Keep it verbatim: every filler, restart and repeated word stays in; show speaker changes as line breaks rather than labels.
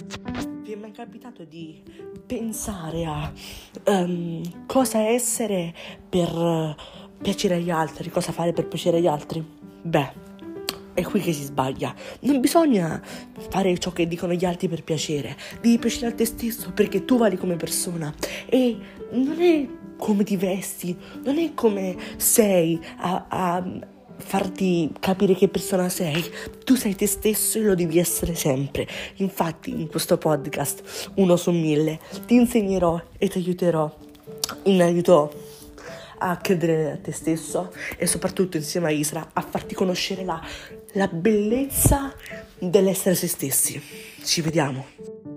Vi è mai capitato di pensare a um, cosa essere per uh, piacere agli altri, cosa fare per piacere agli altri? Beh, è qui che si sbaglia. Non bisogna fare ciò che dicono gli altri per piacere, devi piacere a te stesso perché tu vali come persona e non è come ti vesti, non è come sei a, a farti capire che persona sei. Tu sei te stesso e lo devi essere sempre. Infatti in questo podcast uno su mille ti insegnerò e ti aiuterò in aiuto a credere a te stesso e soprattutto insieme a Isra a farti conoscere la, la bellezza dell'essere se stessi. Ci vediamo.